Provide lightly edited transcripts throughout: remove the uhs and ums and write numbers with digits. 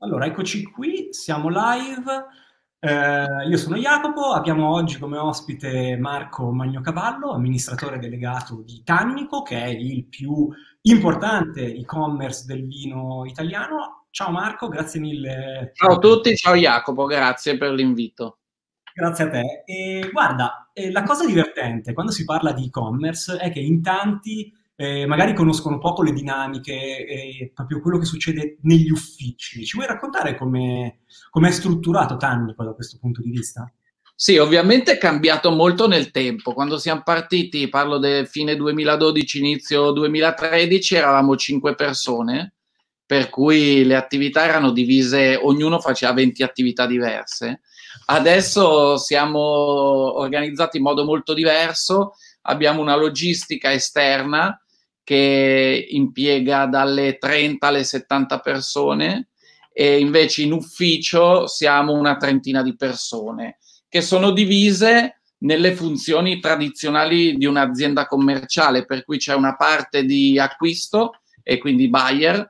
Allora, eccoci qui, siamo live. Io sono Jacopo, abbiamo oggi come ospite Marco Magnocavallo, amministratore delegato di Tannico, che è il più importante e-commerce del vino italiano. Ciao Marco, grazie mille. Ciao a tutti, ciao Jacopo, grazie per l'invito. Grazie a te. E guarda, la cosa divertente quando si parla di e-commerce è che in tanti magari conoscono poco le dinamiche e proprio quello che succede negli uffici. Ci vuoi raccontare come è strutturato Tannico da questo punto di vista? Sì, ovviamente è cambiato molto nel tempo. Quando siamo partiti, parlo del fine 2012, inizio 2013, eravamo 5 persone, per cui le attività erano divise, ognuno faceva 20 attività diverse. Adesso siamo organizzati in modo molto diverso, abbiamo una logistica esterna che impiega dalle 30 alle 70 persone e invece in ufficio siamo una trentina di persone che sono divise nelle funzioni tradizionali di un'azienda commerciale, per cui c'è una parte di acquisto e quindi buyer,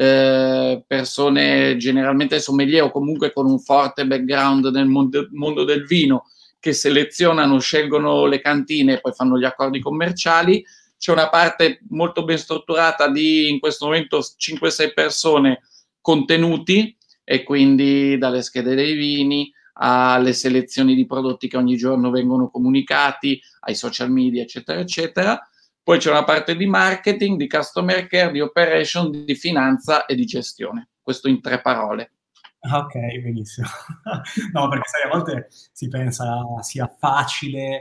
persone generalmente sommelier o comunque con un forte background nel mondo del vino che selezionano, scelgono le cantine e poi fanno gli accordi commerciali. C'è una parte molto ben strutturata di, in questo momento, 5-6 persone contenuti, e quindi dalle schede dei vini alle selezioni di prodotti che ogni giorno vengono comunicati, ai social media, eccetera, eccetera. Poi c'è una parte di marketing, di customer care, di operation, di finanza e di gestione. Questo in 3 parole. Ok, benissimo. No, perché sai, a volte si pensa sia facile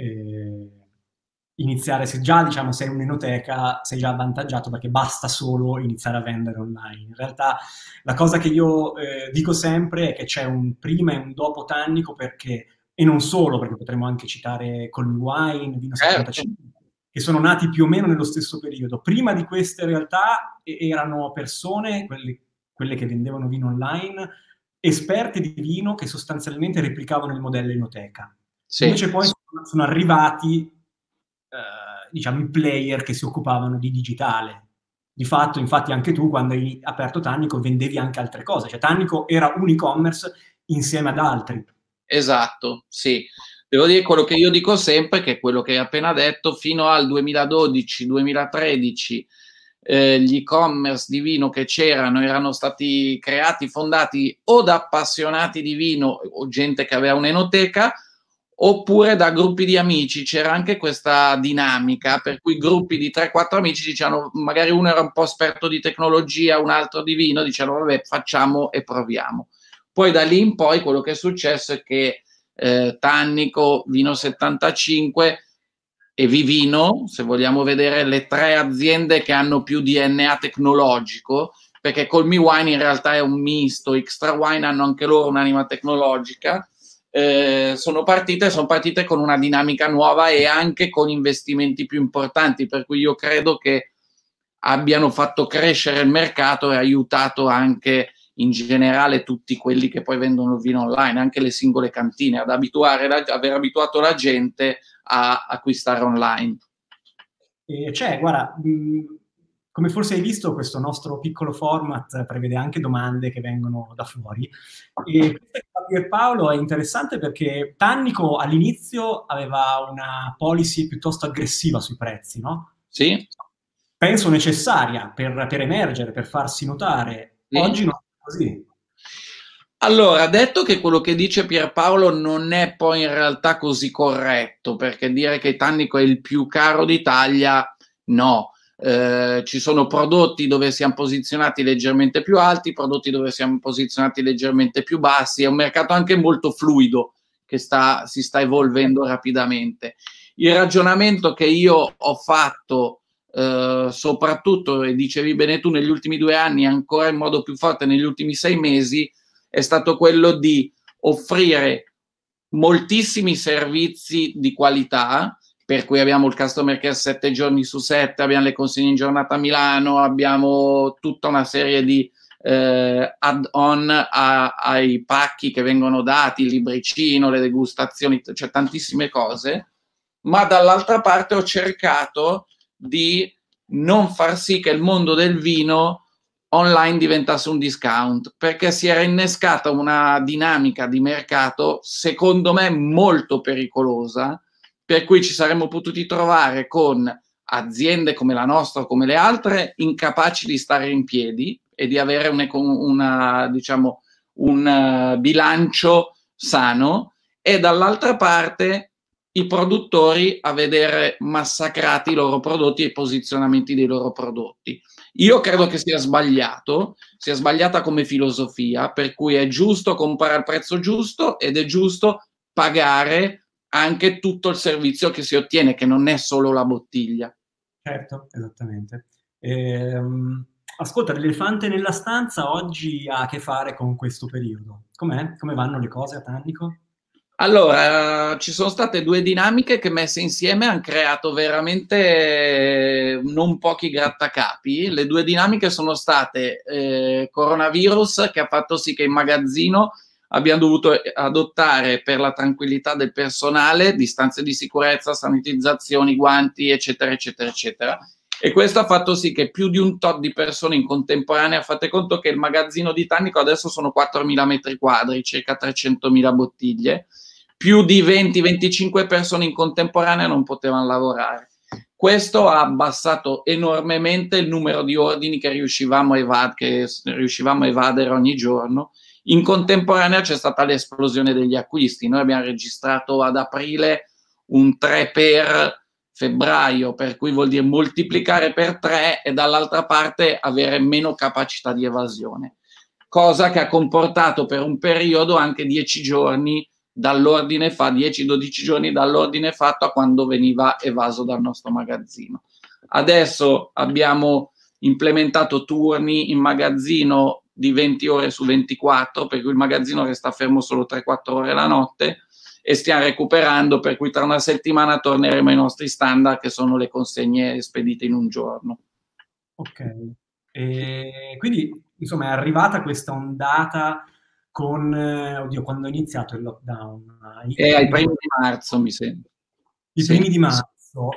iniziare, se già diciamo sei un'enoteca, sei già avvantaggiato perché basta solo iniziare a vendere online. In realtà la cosa che io dico sempre è che c'è un prima e un dopo Tannico perché, e non solo, perché potremmo anche citare Colmy Wine, Vino Certo. 75, che sono nati più o meno nello stesso periodo. Prima di queste realtà erano persone, quelle che vendevano vino online, esperte di vino che sostanzialmente replicavano il modello enoteca. Sì. Invece poi sono arrivati, diciamo, i player che si occupavano di digitale. Di fatto, infatti, anche tu, quando hai aperto Tannico, vendevi anche altre cose. Cioè, Tannico era un e-commerce insieme ad altri. Esatto, sì. Devo dire quello che io dico sempre, che è quello che hai appena detto, fino al 2012-2013 gli e-commerce di vino che c'erano erano stati creati, fondati o da appassionati di vino o gente che aveva un'enoteca, oppure da gruppi di amici. C'era anche questa dinamica per cui gruppi di 3-4 amici dicevano, magari uno era un po' esperto di tecnologia, un altro di vino, dicevano vabbè, facciamo e proviamo. Poi da lì in poi quello che è successo è che Tannico, Vino 75 e Vivino, se vogliamo vedere le 3 aziende che hanno più DNA tecnologico, perché Colmy Wine in realtà è un misto, Extra Wine hanno anche loro un'anima tecnologica, sono partite con una dinamica nuova e anche con investimenti più importanti, per cui io credo che abbiano fatto crescere il mercato e aiutato anche in generale tutti quelli che poi vendono il vino online, anche le singole cantine, ad aver abituato la gente a acquistare online. E c'è, guarda, come forse hai visto, questo nostro piccolo format prevede anche domande che vengono da fuori. E questa che fa Pierpaolo è interessante perché Tannico all'inizio aveva una policy piuttosto aggressiva sui prezzi, no? Sì? Penso necessaria per emergere, per farsi notare. Sì? Oggi non è così. Allora, detto che quello che dice Pierpaolo non è poi in realtà così corretto, perché dire che Tannico è il più caro d'Italia, no. Ci sono prodotti dove siamo posizionati leggermente più alti, prodotti dove siamo posizionati leggermente più bassi, è un mercato anche molto fluido che si sta evolvendo rapidamente. Il ragionamento che io ho fatto, soprattutto, e dicevi bene tu, negli ultimi 2 anni, ancora in modo più forte negli ultimi 6 mesi, è stato quello di offrire moltissimi servizi di qualità, per cui abbiamo il customer care 7 giorni su 7, abbiamo le consegne in giornata a Milano, abbiamo tutta una serie di add-on ai pacchi che vengono dati, il libricino, le degustazioni, cioè tantissime cose, ma dall'altra parte ho cercato di non far sì che il mondo del vino online diventasse un discount, perché si era innescata una dinamica di mercato, secondo me, molto pericolosa, per cui ci saremmo potuti trovare con aziende come la nostra o come le altre incapaci di stare in piedi e di avere diciamo, un bilancio sano, e dall'altra parte i produttori a vedere massacrati i loro prodotti e i posizionamenti dei loro prodotti. Io credo che sia sbagliata come filosofia, per cui è giusto comprare al prezzo giusto ed è giusto pagare anche tutto il servizio che si ottiene, che non è solo la bottiglia. Certo, esattamente. Ascolta, l'elefante nella stanza oggi ha a che fare con questo periodo. Com'è? Come vanno le cose a Tannico? Allora, ci sono state due dinamiche che messe insieme hanno creato veramente non pochi grattacapi. Le due dinamiche sono state coronavirus, che ha fatto sì che in magazzino abbiamo dovuto adottare, per la tranquillità del personale, distanze di sicurezza, sanitizzazioni, guanti, eccetera, eccetera, eccetera. E questo ha fatto sì che più di un tot di persone in contemporanea, fate conto che il magazzino di Tannico adesso sono 4.000 metri quadri, circa 300.000 bottiglie, più di 20-25 persone in contemporanea non potevano lavorare. Questo ha abbassato enormemente il numero di ordini che riuscivamo a evadere ogni giorno. In contemporanea c'è stata l'esplosione degli acquisti. Noi abbiamo registrato ad aprile un 3 per febbraio, per cui vuol dire moltiplicare per 3 e dall'altra parte avere meno capacità di evasione, cosa che ha comportato per un periodo anche 10 giorni dall'ordine 10-12 giorni dall'ordine fatto a quando veniva evaso dal nostro magazzino. Adesso abbiamo implementato turni in magazzino di 20 ore su 24, per cui il magazzino resta fermo solo 3-4 ore la notte, e stiamo recuperando, per cui tra una settimana torneremo ai nostri standard, che sono le consegne spedite in un giorno. Ok, e quindi insomma è arrivata questa ondata con, oddio, quando è iniziato il lockdown? Ai primi di marzo, mi sembra. I primi di marzo.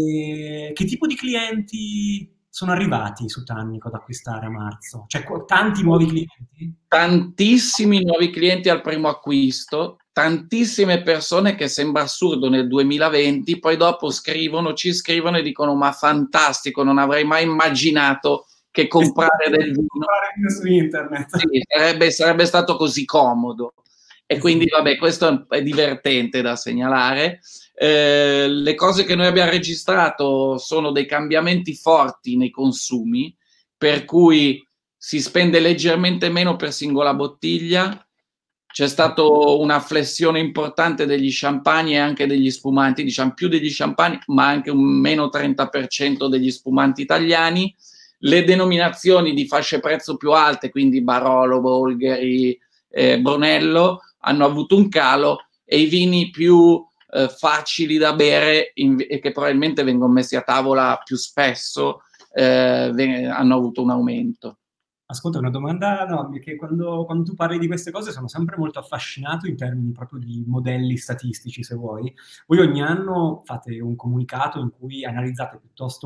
E che tipo di clienti sono arrivati su Tannico ad acquistare a marzo? Cioè, tanti nuovi clienti? Tantissimi nuovi clienti al primo acquisto, tantissime persone che sembra assurdo nel 2020, poi dopo ci scrivono e dicono: ma fantastico, non avrei mai immaginato che comprare del vino su internet. Sì, sarebbe stato così comodo. E quindi vabbè, questo è divertente da segnalare. Le cose che noi abbiamo registrato sono dei cambiamenti forti nei consumi, per cui si spende leggermente meno per singola bottiglia. C'è stata una flessione importante degli champagne e anche degli spumanti, diciamo più degli champagne, ma anche un meno 30% degli spumanti italiani. Le denominazioni di fasce prezzo più alte, quindi Barolo, Bolgheri, Brunello, hanno avuto un calo, e i vini più facili da bere e che probabilmente vengono messi a tavola più spesso hanno avuto un aumento. Ascolta, una domanda, no, che quando tu parli di queste cose sono sempre molto affascinato in termini proprio di modelli statistici, se vuoi. Voi ogni anno fate un comunicato in cui analizzate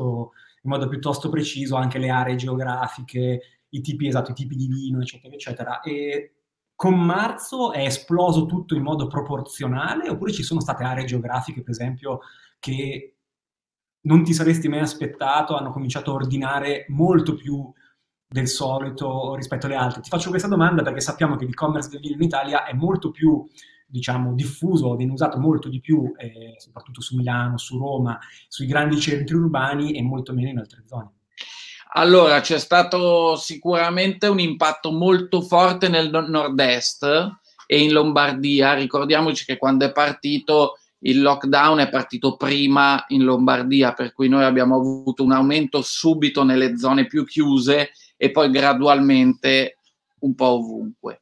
in modo piuttosto preciso anche le aree geografiche, i tipi di vino, eccetera, eccetera. E con marzo è esploso tutto in modo proporzionale, oppure ci sono state aree geografiche, per esempio, che non ti saresti mai aspettato, hanno cominciato a ordinare molto più del solito rispetto alle altre? Ti faccio questa domanda perché sappiamo che l'e-commerce del vino in Italia è molto più, diciamo, diffuso, viene usato molto di più, soprattutto su Milano, su Roma, sui grandi centri urbani, e molto meno in altre zone. Allora, c'è stato sicuramente un impatto molto forte nel nord-est e in Lombardia. Ricordiamoci che quando è partito il lockdown è partito prima in Lombardia, per cui noi abbiamo avuto un aumento subito nelle zone più chiuse e poi gradualmente un po' ovunque.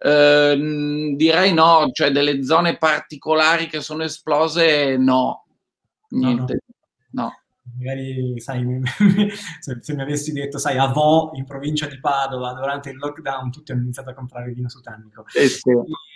Direi no, cioè delle zone particolari che sono esplose, no, niente, no. Magari, sai, se mi avessi detto, sai, a Vo, in provincia di Padova, durante il lockdown, tutti hanno iniziato a comprare vino su Tannico. Sì.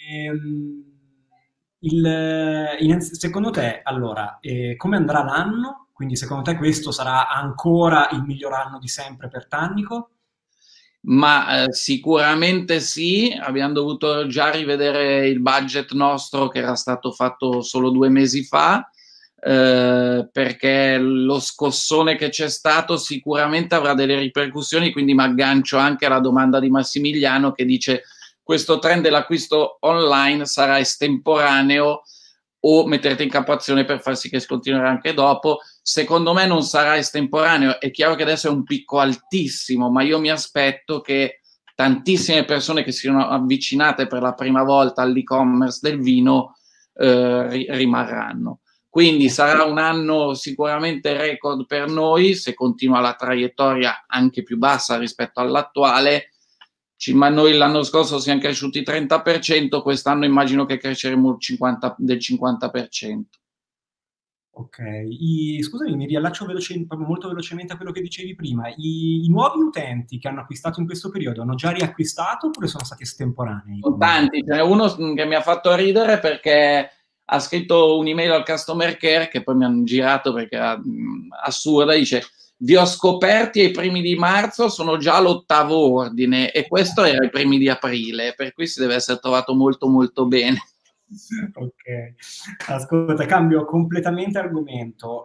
Secondo te, allora, come andrà l'anno? Quindi secondo te questo sarà ancora il miglior anno di sempre per Tannico? ma sicuramente sì, abbiamo dovuto già rivedere il budget nostro che era stato fatto solo 2 mesi fa, perché lo scossone che c'è stato sicuramente avrà delle ripercussioni, quindi mi aggancio anche alla domanda di Massimiliano che dice: questo trend dell'acquisto online sarà estemporaneo o metterete in campo azione per far sì che continuerà anche dopo? Secondo me non sarà estemporaneo, è chiaro che adesso è un picco altissimo, ma io mi aspetto che tantissime persone che si sono avvicinate per la prima volta all'e-commerce del vino rimarranno. Quindi sarà un anno sicuramente record per noi, se continua la traiettoria anche più bassa rispetto all'attuale. Ma noi l'anno scorso siamo cresciuti 30%, quest'anno immagino che cresceremo del 50%. Ok, scusami, mi riallaccio molto velocemente a quello che dicevi prima. I nuovi utenti che hanno acquistato in questo periodo hanno già riacquistato oppure sono stati estemporanei? Sono tanti, ce n'è uno che mi ha fatto ridere perché ha scritto un'email al customer care che poi mi hanno girato perché era assurda, dice: vi ho scoperti ai primi di marzo, sono già all'8º ordine, e questo era ai primi di aprile, per cui si deve essere trovato molto molto bene. Ok, ascolta, cambio completamente argomento.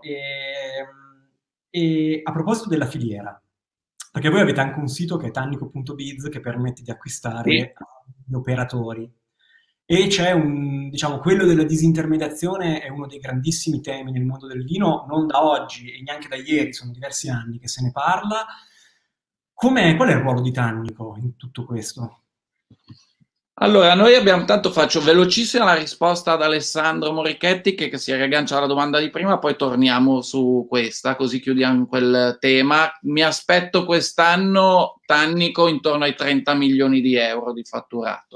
E a proposito della filiera, perché voi avete anche un sito che è tannico.biz che permette di Sì. acquistare gli operatori. E c'è diciamo, quello della disintermediazione è uno dei grandissimi temi nel mondo del vino, non da oggi e neanche da ieri, sono diversi anni che se ne parla. Qual è il ruolo di Tannico in tutto questo? Allora, noi abbiamo, tanto faccio velocissima la risposta ad Alessandro Morichetti che si riaggancia alla domanda di prima, poi torniamo su questa, così chiudiamo quel tema. Mi aspetto quest'anno Tannico intorno ai 30 milioni di euro di fatturato.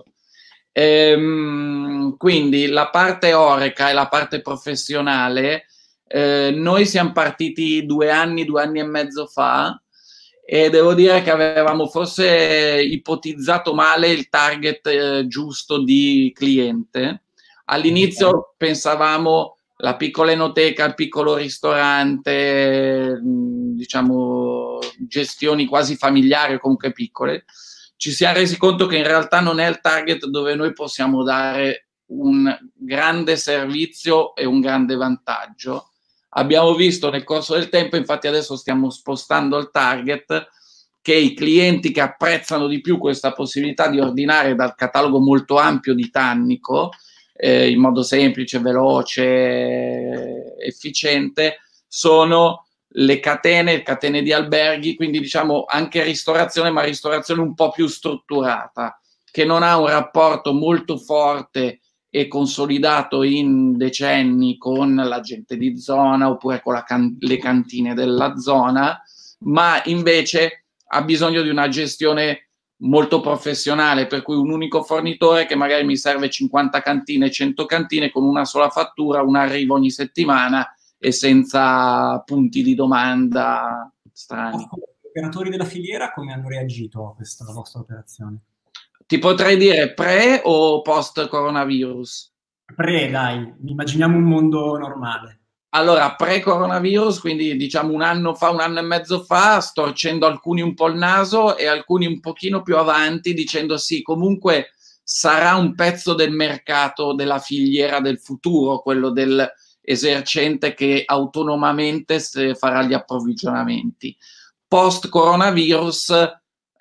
Quindi la parte oreca e la parte professionale, noi siamo partiti 2 anni e mezzo fa, e devo dire che avevamo forse ipotizzato male il target giusto di cliente. All'inizio pensavamo la piccola enoteca, il piccolo ristorante, diciamo gestioni quasi familiari o comunque piccole. Ci siamo resi conto che in realtà non è il target dove noi possiamo dare un grande servizio e un grande vantaggio. Abbiamo visto nel corso del tempo, infatti adesso stiamo spostando il target, che i clienti che apprezzano di più questa possibilità di ordinare dal catalogo molto ampio di Tannico, in modo semplice, veloce, efficiente, sono le catene di alberghi, quindi diciamo anche ristorazione, ma ristorazione un po' più strutturata, che non ha un rapporto molto forte e consolidato in decenni con la gente di zona oppure con le cantine della zona, ma invece ha bisogno di una gestione molto professionale, per cui un unico fornitore che magari mi serve 50 cantine, 100 cantine con una sola fattura, un arrivo ogni settimana e senza punti di domanda strani. Gli operatori della filiera come hanno reagito a questa vostra operazione? Ti potrei dire pre o post coronavirus? Dai, immaginiamo un mondo normale. Allora, pre-coronavirus, quindi diciamo un anno fa, un anno e mezzo fa, storcendo alcuni un po' il naso e alcuni un pochino più avanti, dicendo sì, comunque sarà un pezzo del mercato della filiera del futuro, quello dell'esercente che autonomamente farà gli approvvigionamenti. Post-coronavirus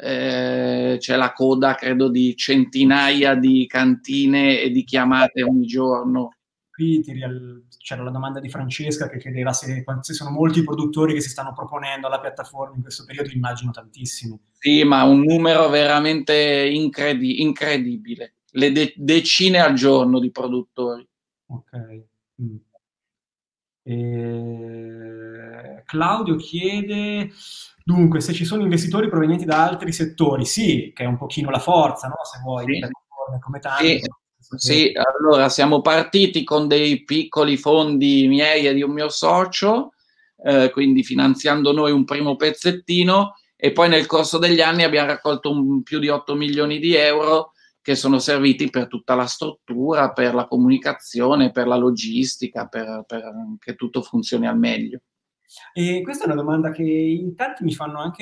c'è la coda, credo, di centinaia di cantine e di chiamate ogni giorno. Qui c'era la domanda di Francesca che chiedeva se sono molti produttori che si stanno proponendo alla piattaforma in questo periodo, immagino tantissimi. Sì, ma un numero veramente incredibile, le decine al giorno di produttori. Ok. Claudio chiede, dunque, se ci sono investitori provenienti da altri settori, sì, che è un pochino la forza, no? Se vuoi, di Sì. piattaforme come Tannico. Sì, allora siamo partiti con dei piccoli fondi miei e di un mio socio, quindi finanziando noi un primo pezzettino, e poi nel corso degli anni abbiamo raccolto più di 8 milioni di euro che sono serviti per tutta la struttura, per la comunicazione, per la logistica, per che tutto funzioni al meglio. E questa è una domanda che in tanti mi fanno anche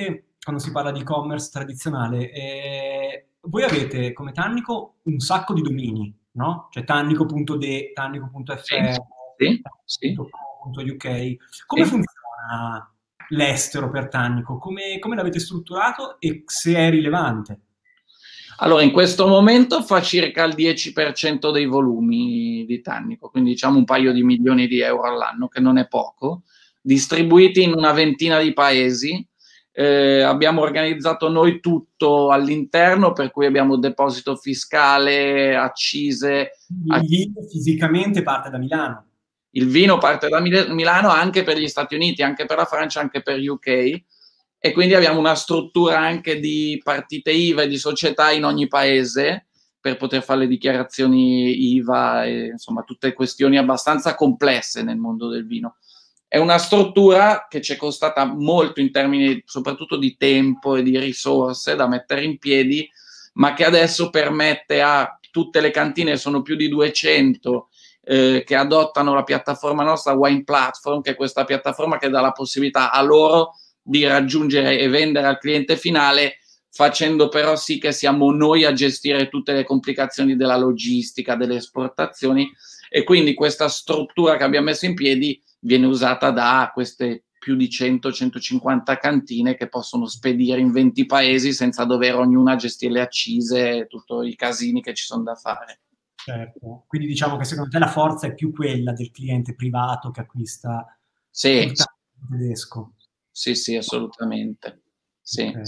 quando si parla di e-commerce tradizionale. Voi avete come Tannico un sacco di domini, no? Cioè tannico.de, Sì, tannico.fr, sì, sì, tannico.co.uk. Come sì. funziona l'estero per Tannico? Come l'avete strutturato e se è rilevante? Allora, in questo momento fa circa il 10% dei volumi di Tannico, quindi diciamo un paio di milioni di euro all'anno, che non è poco, distribuiti in una ventina di paesi. Abbiamo organizzato noi tutto all'interno, per cui abbiamo deposito fiscale, accise. Il vino fisicamente parte da Milano. Il vino parte da Milano anche per gli Stati Uniti, anche per la Francia, anche per UK, e quindi abbiamo una struttura anche di partite IVA e di società in ogni paese per poter fare le dichiarazioni IVA e insomma tutte questioni abbastanza complesse nel mondo del vino. È una struttura che ci è costata molto in termini soprattutto di tempo e di risorse da mettere in piedi, ma che adesso permette a tutte le cantine, sono più di 200, che adottano la piattaforma nostra Wine Platform, che è questa piattaforma che dà la possibilità a loro di raggiungere e vendere al cliente finale, facendo però sì che siamo noi a gestire tutte le complicazioni della logistica, delle esportazioni, e quindi questa struttura che abbiamo messo in piedi viene usata da queste più di 100-150 cantine che possono spedire in 20 paesi senza dover ognuna gestire le accise e tutti i casini che ci sono da fare. Certo. Quindi diciamo che secondo te la forza è più quella del cliente privato che acquista Sì, sul tedesco. sì, sì, assolutamente. Sì. Okay.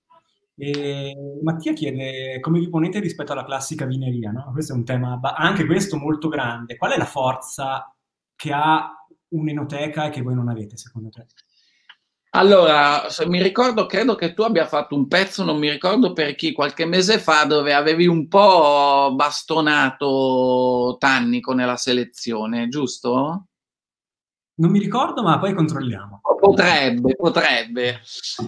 Mattia chiede come vi ponete rispetto alla classica vineria, no? Questo è un tema anche questo molto grande. Qual è la forza che ha un'enoteca e che voi non avete, secondo te? Allora, mi ricordo, credo che tu abbia fatto un pezzo, non mi ricordo per chi, qualche mese fa, dove avevi un po' bastonato Tannico nella selezione, giusto? Non mi ricordo, ma poi controlliamo. Potrebbe.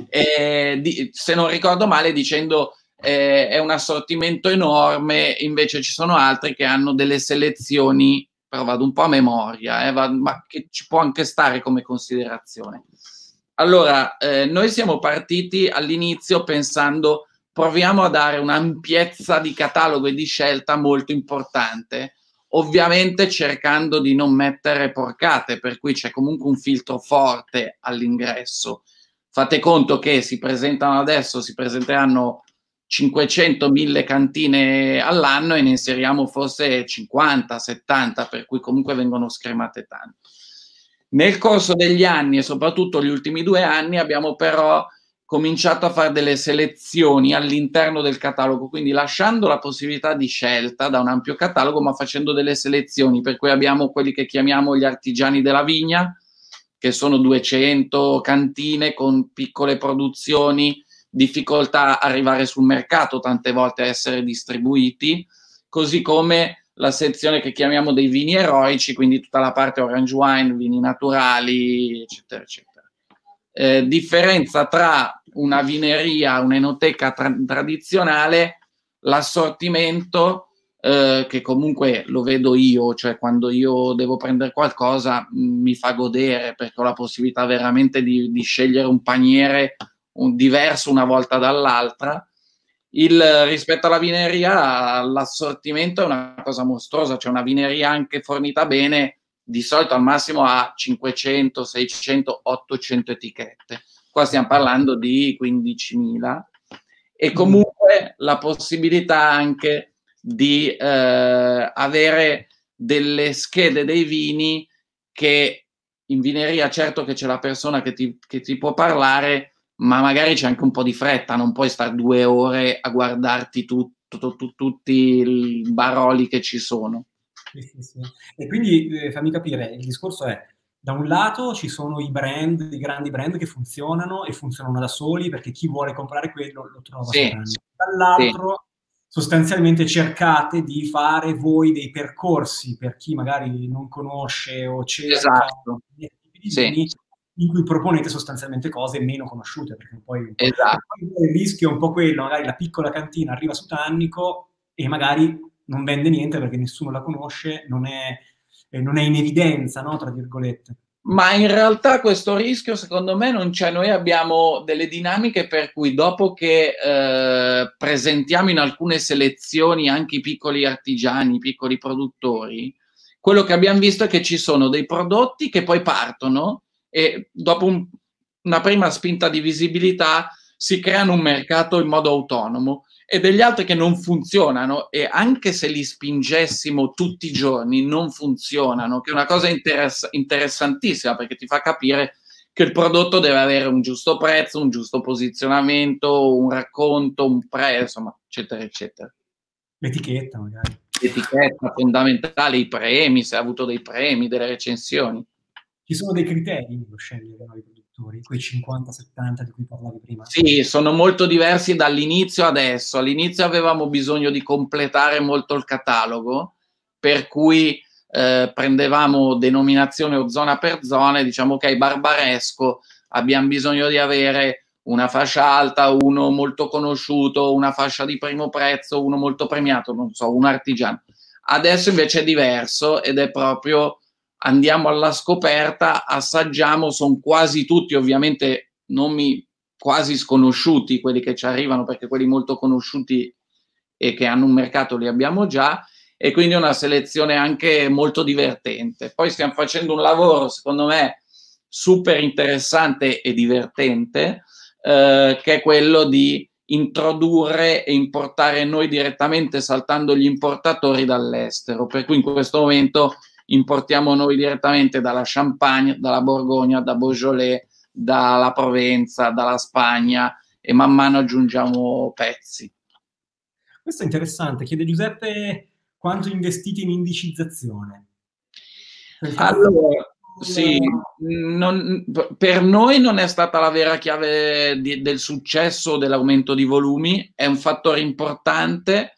Se non ricordo male, dicendo è un assortimento enorme, invece ci sono altri che hanno delle selezioni, però vado un po' a memoria, ma che ci può anche stare come considerazione. Allora, noi siamo partiti all'inizio pensando proviamo a dare un'ampiezza di catalogo e di scelta molto importante, ovviamente cercando di non mettere porcate, per cui c'è comunque un filtro forte all'ingresso. Fate conto che si presentano adesso, si presenteranno 500-1000 cantine all'anno e ne inseriamo forse 50-70, per cui comunque vengono scremate tanto. Nel corso degli anni e soprattutto gli ultimi 2 anni abbiamo però cominciato a fare delle selezioni all'interno del catalogo, quindi lasciando la possibilità di scelta da un ampio catalogo, ma facendo delle selezioni, per cui abbiamo quelli che chiamiamo gli artigiani della vigna, che sono 200 cantine con piccole produzioni, difficoltà a arrivare sul mercato, tante volte a essere distribuiti, così come la sezione che chiamiamo dei vini eroici, quindi tutta la parte orange wine, vini naturali, eccetera, eccetera. Differenza tra una vineria, un'enoteca tradizionale, l'assortimento, che comunque lo vedo io, cioè quando io devo prendere qualcosa mi fa godere perché ho la possibilità veramente di scegliere un paniere diverso una volta dall'altra. Rispetto alla vineria, l'assortimento è una cosa mostruosa, cioè una vineria anche fornita bene di solito al massimo ha 500, 600, 800 etichette. Qua stiamo parlando di 15.000 e comunque la possibilità anche di avere delle schede dei vini che in vineria certo che c'è la persona che ti può parlare, ma magari c'è anche un po' di fretta, non puoi stare 2 ore a guardarti tutti i baroli che ci sono. Sì, sì, sì. E quindi fammi capire, il discorso è, da un lato ci sono i brand, i grandi brand che funzionano e funzionano da soli perché chi vuole comprare quello lo trova su Sì, Tannico. sì. Dall'altro sostanzialmente cercate di fare voi dei percorsi per chi magari non conosce o cerca Esatto, dei tipi di sì, vini in cui proponete sostanzialmente cose meno conosciute, perché poi un po', e esatto. poi il rischio è un po' quello, magari la piccola cantina arriva su Tannico e magari non vende niente perché nessuno la conosce, non è in evidenza, no? Tra virgolette. Ma in realtà questo rischio secondo me non c'è. Noi abbiamo delle dinamiche per cui dopo che presentiamo in alcune selezioni anche i piccoli artigiani, i piccoli produttori, quello che abbiamo visto è che ci sono dei prodotti che poi partono e dopo una prima spinta di visibilità si creano un mercato in modo autonomo, e degli altri che non funzionano, e anche se li spingessimo tutti i giorni non funzionano, che è una cosa interessantissima, perché ti fa capire che il prodotto deve avere un giusto prezzo, un giusto posizionamento, un racconto, un prezzo, insomma, eccetera, eccetera. L'etichetta magari. L'etichetta fondamentale, i premi, se ha avuto dei premi, delle recensioni. Ci sono dei criteri per scegliere nuovi produttori, quei 50-70 di cui parlavi prima? Sì, sono molto diversi dall'inizio adesso. All'inizio avevamo bisogno di completare molto il catalogo, per cui prendevamo denominazione o zona per zona e diciamo ok, Barbaresco, abbiamo bisogno di avere una fascia alta, uno molto conosciuto, una fascia di primo prezzo, uno molto premiato, non so, un artigiano. Adesso invece è diverso ed è proprio andiamo alla scoperta, assaggiamo, sono quasi tutti ovviamente nomi quasi sconosciuti quelli che ci arrivano, perché quelli molto conosciuti e che hanno un mercato li abbiamo già, e quindi è una selezione anche molto divertente. Poi stiamo facendo un lavoro secondo me super interessante e divertente, che è quello di introdurre e importare noi direttamente, saltando gli importatori dall'estero, per cui in questo momento importiamo noi direttamente dalla Champagne, dalla Borgogna, da Beaujolais, dalla Provenza, dalla Spagna, e man mano aggiungiamo pezzi. Questo è interessante. Chiede Giuseppe quanto investite in indicizzazione. Allora, sì, per noi non è stata la vera chiave del successo, dell'aumento di volumi, è un fattore importante.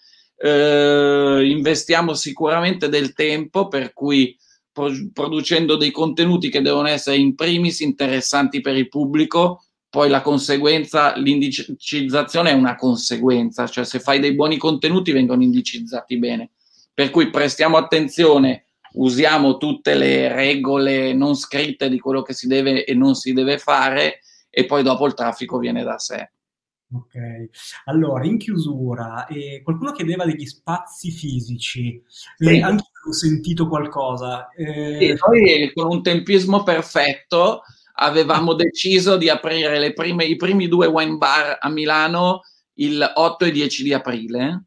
Investiamo sicuramente del tempo, per cui producendo dei contenuti che devono essere in primis interessanti per il pubblico, poi la conseguenza, l'indicizzazione è una conseguenza, cioè se fai dei buoni contenuti vengono indicizzati bene, per cui prestiamo attenzione, usiamo tutte le regole non scritte di quello che si deve e non si deve fare, e poi dopo il traffico viene da sé. Ok, allora in chiusura qualcuno chiedeva degli spazi fisici, Sì. anche io ho sentito qualcosa. Sì, noi con un tempismo perfetto avevamo deciso di aprire i primi 2 wine bar a Milano il 8 e 10 di aprile.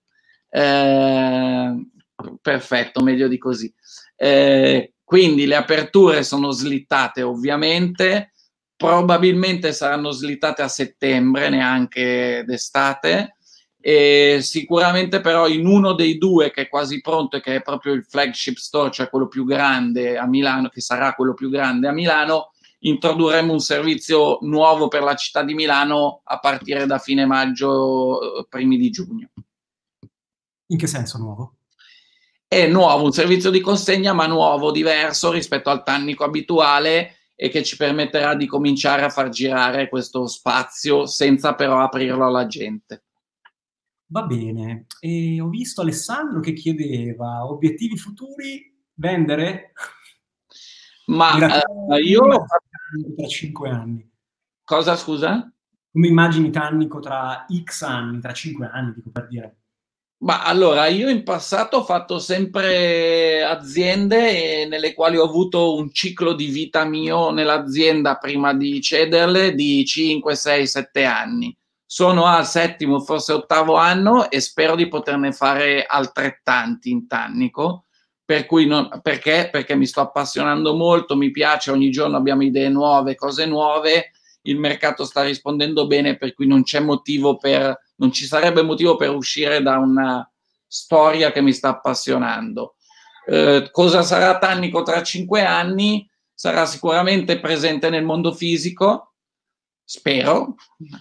Perfetto, meglio di così. Quindi le aperture sono slittate ovviamente, probabilmente saranno slittate a settembre, neanche d'estate, e sicuramente però in uno dei due che è quasi pronto e che è proprio il flagship store, cioè quello più grande a Milano, che sarà quello più grande a Milano, introdurremo un servizio nuovo per la città di Milano a partire da fine maggio, primi di giugno. In che senso nuovo? È nuovo, un servizio di consegna, ma nuovo, diverso rispetto al Tannico abituale, e che ci permetterà di cominciare a far girare questo spazio senza però aprirlo alla gente. Va bene, e ho visto Alessandro che chiedeva obiettivi futuri, vendere? Ma io... Tra 5 anni. Cosa, scusa? Come immagini Tannico tra X anni, tra 5 anni, dico per dire? Ma allora, io in passato ho fatto sempre aziende nelle quali ho avuto un ciclo di vita mio nell'azienda prima di cederle di 5, 6, 7 anni. Sono al 7º, forse 8º anno, e spero di poterne fare altrettanti in Tannico, per cui perché mi sto appassionando molto, mi piace, ogni giorno abbiamo idee nuove, cose nuove, il mercato sta rispondendo bene, per cui non ci sarebbe motivo per uscire da una storia che mi sta appassionando. Cosa sarà Tannico tra 5 anni? Sarà sicuramente presente nel mondo fisico, spero,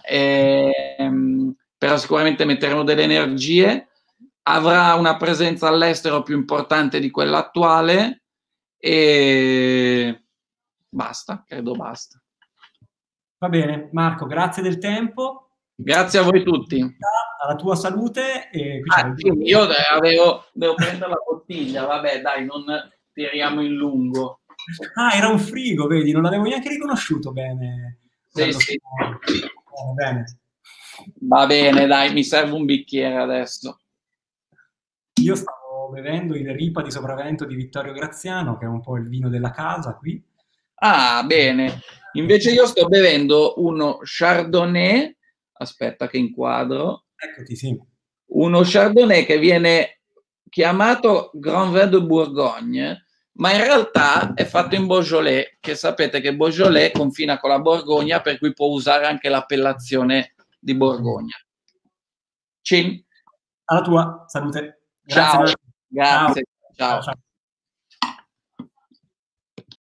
però sicuramente metteremo delle energie, avrà una presenza all'estero più importante di quella attuale, e basta, credo basta. Va bene, Marco, grazie del tempo. Grazie a voi tutti. Alla tua salute. Io devo prendere la bottiglia, vabbè dai, non tiriamo in lungo. Ah, era un frigo, vedi, non l'avevo neanche riconosciuto bene Sì, dallo sì. sfondo. Bene. Va bene, dai, mi serve un bicchiere adesso. Io stavo bevendo il Ripa di Sopravvento di Vittorio Graziano, che è un po' il vino della casa qui. Ah, bene. Invece io sto bevendo uno Chardonnay, aspetta che inquadro, Eccoti, sì. uno Chardonnay che viene chiamato Grand Vin de Bourgogne, ma in realtà è fatto in Beaujolais, che sapete che Beaujolais confina con la Borgogna, per cui può usare anche l'appellazione di Borgogna. Cin. Alla tua salute. Grazie Ciao, Mario. Ciao. grazie, Ciao, ciao. ciao.